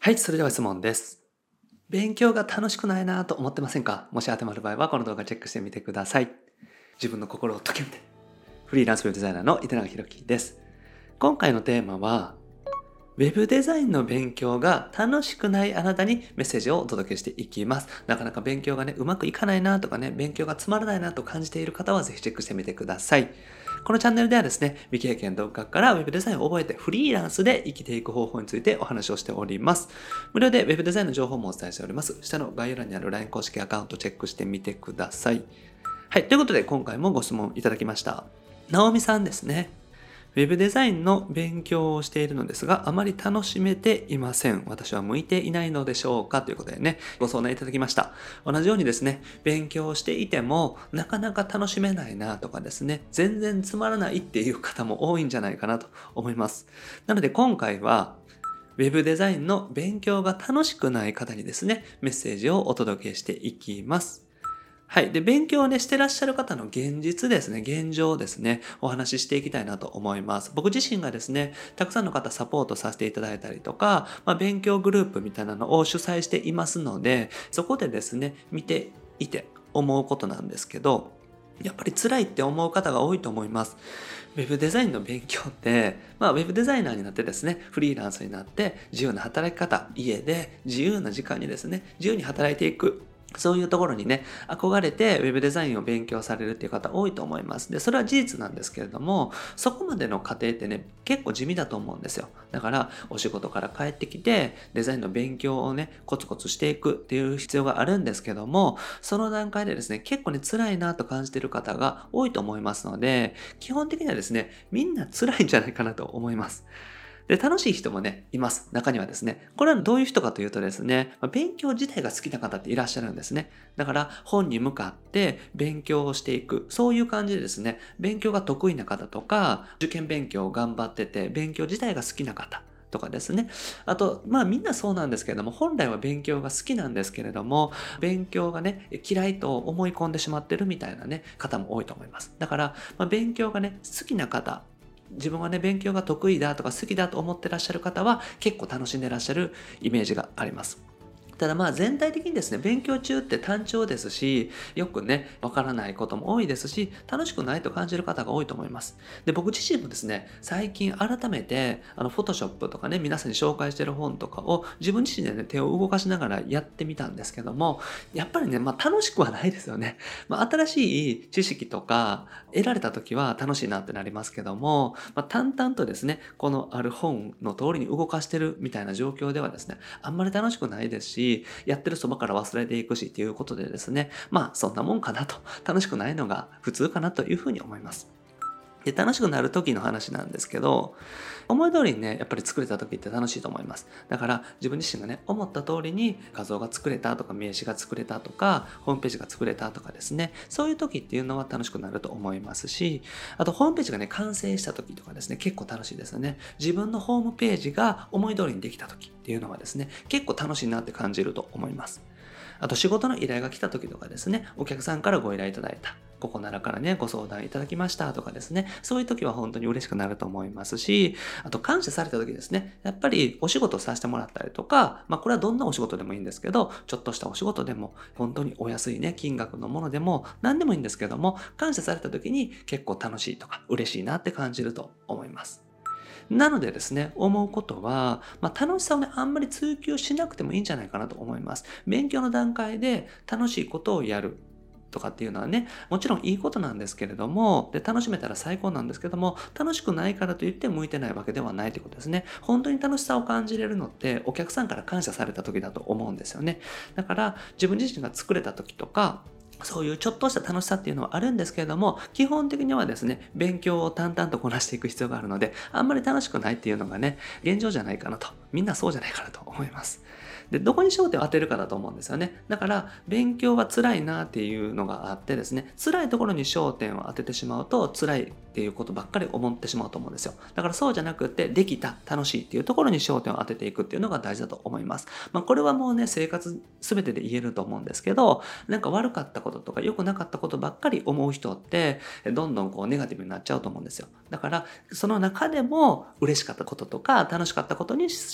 はい、それでは質問です。勉強が楽しくないなと思ってませんか？もし当てはまる場合はこの動画チェックしてみてください。自分の心を解けて。フリーランスウェブデザイナーの糸永宏樹です。今回のテーマは、ウェブデザインの勉強が楽しくないあなたにメッセージをお届けしていきます。なかなか勉強がうまくいかないなとか勉強がつまらないなと感じている方はぜひチェックしてみてください。このチャンネルでは未経験独学からウェブデザインを覚えてフリーランスで生きていく方法についてお話をしております。無料でウェブデザインの情報もお伝えしております。下の概要欄にある LINE 公式アカウントチェックしてみてください。はい、ということで今回もご質問いただきました。なおみさんですね。ウェブデザインの勉強をしているのですが、あまり楽しめていません。私は向いていないのでしょうかということでご相談いただきました。同じように勉強していても、なかなか楽しめないなとか全然つまらないっていう方も多いんじゃないかなと思います。なので今回は、ウェブデザインの勉強が楽しくない方にメッセージをお届けしていきます。はい。で、勉強をしてらっしゃる方の現実現状をお話ししていきたいなと思います。僕自身がたくさんの方サポートさせていただいたりとか、勉強グループみたいなのを主催していますので、そこで見ていて思うことなんですけど、やっぱり辛いって思う方が多いと思います。ウェブデザインの勉強って、ウェブデザイナーになってフリーランスになって、自由な働き方、家で自由な時間に自由に働いていく。そういうところに憧れてウェブデザインを勉強されるっていう方多いと思います。で、それは事実なんですけれども、そこまでの過程って結構地味だと思うんですよ。だから、お仕事から帰ってきて、デザインの勉強をコツコツしていくっていう必要があるんですけども、その段階で結構辛いなと感じている方が多いと思いますので、基本的にはみんな辛いんじゃないかなと思います。で、楽しい人もいます。中にはこれはどういう人かというと勉強自体が好きな方っていらっしゃるんですね。だから、本に向かって勉強をしていく。そういう感じで勉強が得意な方とか、受験勉強を頑張ってて、勉強自体が好きな方。とかあと、みんなそうなんですけれども、本来は勉強が好きなんですけれども、勉強が嫌いと思い込んでしまってるみたいな方も多いと思います。だから、勉強が好きな方、自分は勉強が得意だとか好きだと思ってらっしゃる方は結構楽しんでらっしゃるイメージがあります。ただ全体的に勉強中って単調ですし、よくわからないことも多いですし、楽しくないと感じる方が多いと思います。で、僕自身も最近改めて、Photoshop とか皆さんに紹介してる本とかを自分自身で手を動かしながらやってみたんですけども、やっぱり楽しくはないですよね。新しい知識とか得られた時は楽しいなってなりますけども、淡々とこのある本の通りに動かしてるみたいな状況ではあんまり楽しくないですし、やってるそばから忘れていくしっていうことでそんなもんかなと、楽しくないのが普通かなというふうに思います。で、楽しくなる時の話なんですけど、思い通りにやっぱり作れた時って楽しいと思います。だから自分自身が思った通りに画像が作れたとか名刺が作れたとかホームページが作れたとかそういう時っていうのは楽しくなると思いますし、あとホームページが完成した時とか結構楽しいですよね。自分のホームページが思い通りにできた時っていうのは結構楽しいなって感じると思います。あと仕事の依頼が来た時とかお客さんからご依頼いただいた。ここならからご相談いただきましたとかそういう時は本当に嬉しくなると思いますし、あと感謝された時やっぱりお仕事をさせてもらったりとか、これはどんなお仕事でもいいんですけど、ちょっとしたお仕事でも、本当にお安い金額のものでも、何でもいいんですけども、感謝された時に結構楽しいとか嬉しいなって感じると思います。なので思うことは、楽しさをあんまり追求しなくてもいいんじゃないかなと思います。勉強の段階で楽しいことをやる。とかっていうのはもちろんいいことなんですけれども、で、楽しめたら最高なんですけども、楽しくないからといって向いてないわけではないということですね。本当に楽しさを感じれるのってお客さんから感謝された時だと思うんですよね。だから自分自身が作れた時とか、そういうちょっとした楽しさっていうのはあるんですけれども、基本的には勉強を淡々とこなしていく必要があるので、あんまり楽しくないっていうのが現状じゃないかなと。みんなそうじゃないかなと思います。で、どこに焦点を当てるかだと思うんですよね。だから、勉強は辛いなっていうのがあって辛いところに焦点を当ててしまうと、辛いっていうことばっかり思ってしまうと思うんですよ。だからそうじゃなくって、できた、楽しいっていうところに焦点を当てていくっていうのが大事だと思います。これはもう生活全てで言えると思うんですけど、悪かったこととか良くなかったことばっかり思う人って、どんどんネガティブになっちゃうと思うんですよ。だから、その中でも嬉しかったこととか楽しかったことに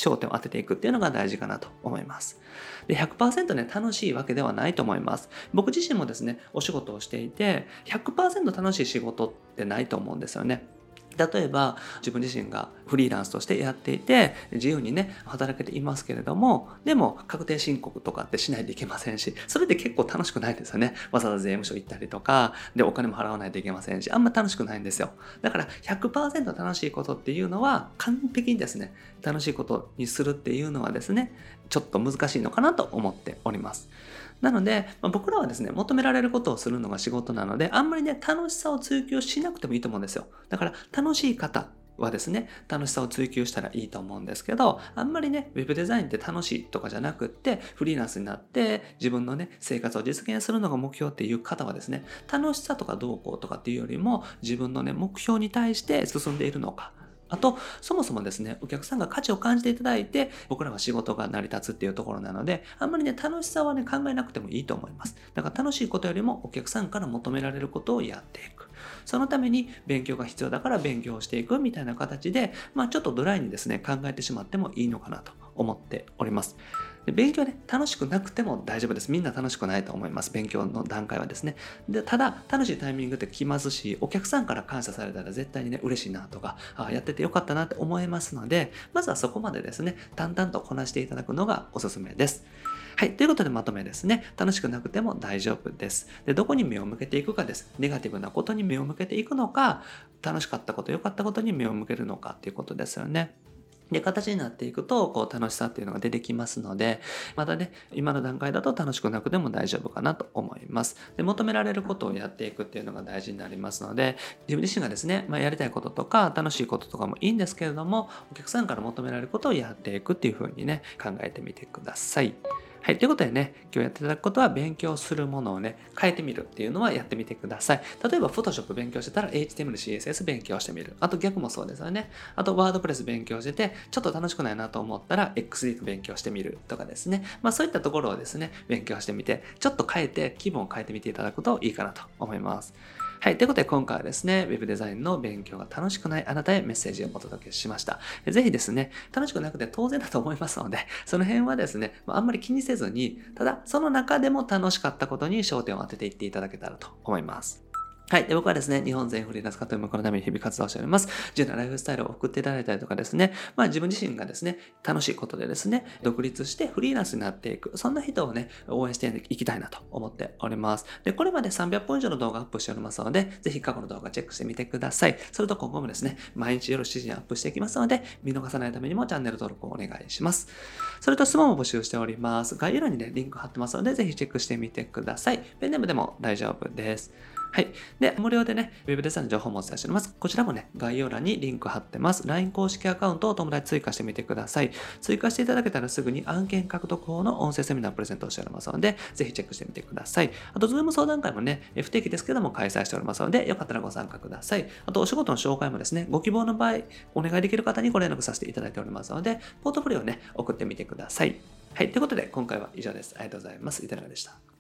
焦点を当てていくっていうのが大事かなと思います。で、100% ね、楽しいわけではないと思います。僕自身もですね、お仕事をしていて、100% 楽しい仕事ってないと思うんですよね。例えば自分自身がフリーランスとしてやっていて自由にね働けていますけれども、でも確定申告とかってしないといけませんし、それって結構楽しくないですよね。わざわざ税務署行ったりとかでお金も払わないといけませんし、あんま楽しくないんですよ。だから 100% 楽しいことっていうのは完璧にですね楽しいことにするっていうのはですねちょっと難しいのかなと思っております。なので、僕らはですね、求められることをするのが仕事なので、あんまりね、楽しさを追求しなくてもいいと思うんですよ。だから、楽しい方はですね、楽しさを追求したらいいと思うんですけど、あんまりね、ウェブデザインって楽しいとかじゃなくって、フリーランスになって自分のね、生活を実現するのが目標っていう方はですね、楽しさとかどうこうとかっていうよりも、自分のね、目標に対して進んでいるのか、あと、そもそもですね、お客さんが価値を感じていただいて、僕らは仕事が成り立つっていうところなので、あんまりね、楽しさはね、考えなくてもいいと思います。だから楽しいことよりもお客さんから求められることをやっていく。そのために勉強が必要だから勉強をしていくみたいな形で、ちょっとドライにですね、考えてしまってもいいのかなと思っております。で、勉強はね、楽しくなくても大丈夫です。みんな楽しくないと思います。勉強の段階はですね。で、ただ、楽しいタイミングって来ますし、お客さんから感謝されたら絶対にね、嬉しいなとか、やっててよかったなって思えますので、まずはそこまでですね、淡々とこなしていただくのがおすすめです。はい。ということでまとめですね。楽しくなくても大丈夫です。で、どこに目を向けていくかです。ネガティブなことに目を向けていくのか、楽しかったこと、良かったことに目を向けるのかっていうことですよね。で、形になっていくと、楽しさっていうのが出てきますので、またね、今の段階だと楽しくなくても大丈夫かなと思います。で、求められることをやっていくっていうのが大事になりますので、自分自身がですね、やりたいこととか、楽しいこととかもいいんですけれども、お客さんから求められることをやっていくっていう風にね、考えてみてください。はい。ということでね、今日やっていただくことは勉強するものをね、変えてみるっていうのはやってみてください。例えば、Photoshop 勉強してたら HTML、CSS 勉強してみる。あと逆もそうですよね。あと、WordPress 勉強してて、ちょっと楽しくないなと思ったら XD 勉強してみるとかですね。そういったところをですね、勉強してみて、ちょっと変えて、気分を変えてみていただくといいかなと思います。はい。ということで今回はですね、Web デザインの勉強が楽しくないあなたへメッセージをお届けしました。ぜひですね、楽しくなくて当然だと思いますので、その辺はですね、あんまり気にせずに、ただその中でも楽しかったことに焦点を当てていっていただけたらと思います。はい。で、僕はですね、日本全フリーランス化という向こうのために日々活動しております。自由なライフスタイルを送っていただいたりとかですね、自分自身がですね、楽しいことでですね、独立してフリーランスになっていく、そんな人をね、応援していきたいなと思っております。で、これまで300本以上の動画アップしておりますので、ぜひ過去の動画チェックしてみてください。それと今後もですね、毎日夜7時にアップしていきますので、見逃さないためにもチャンネル登録をお願いします。それと質問も募集しております。概要欄にね、リンク貼ってますので、ぜひチェックしてみてください。ペンネームでも大丈夫です。はい。で、無料でね、Web デザインの情報もお伝えしております。こちらもね、概要欄にリンク貼ってます。LINE 公式アカウントを友達追加してみてください。追加していただけたらすぐに案件獲得法の音声セミナープレゼントをしておりますので、ぜひチェックしてみてください。あと、Zoom 相談会もね、不定期ですけども開催しておりますので、よかったらご参加ください。あと、お仕事の紹介もですね、ご希望の場合、お願いできる方にご連絡させていただいておりますので、ポートフォリオをね、送ってみてください。はい。ということで、今回は以上です。ありがとうございます。いただきでした。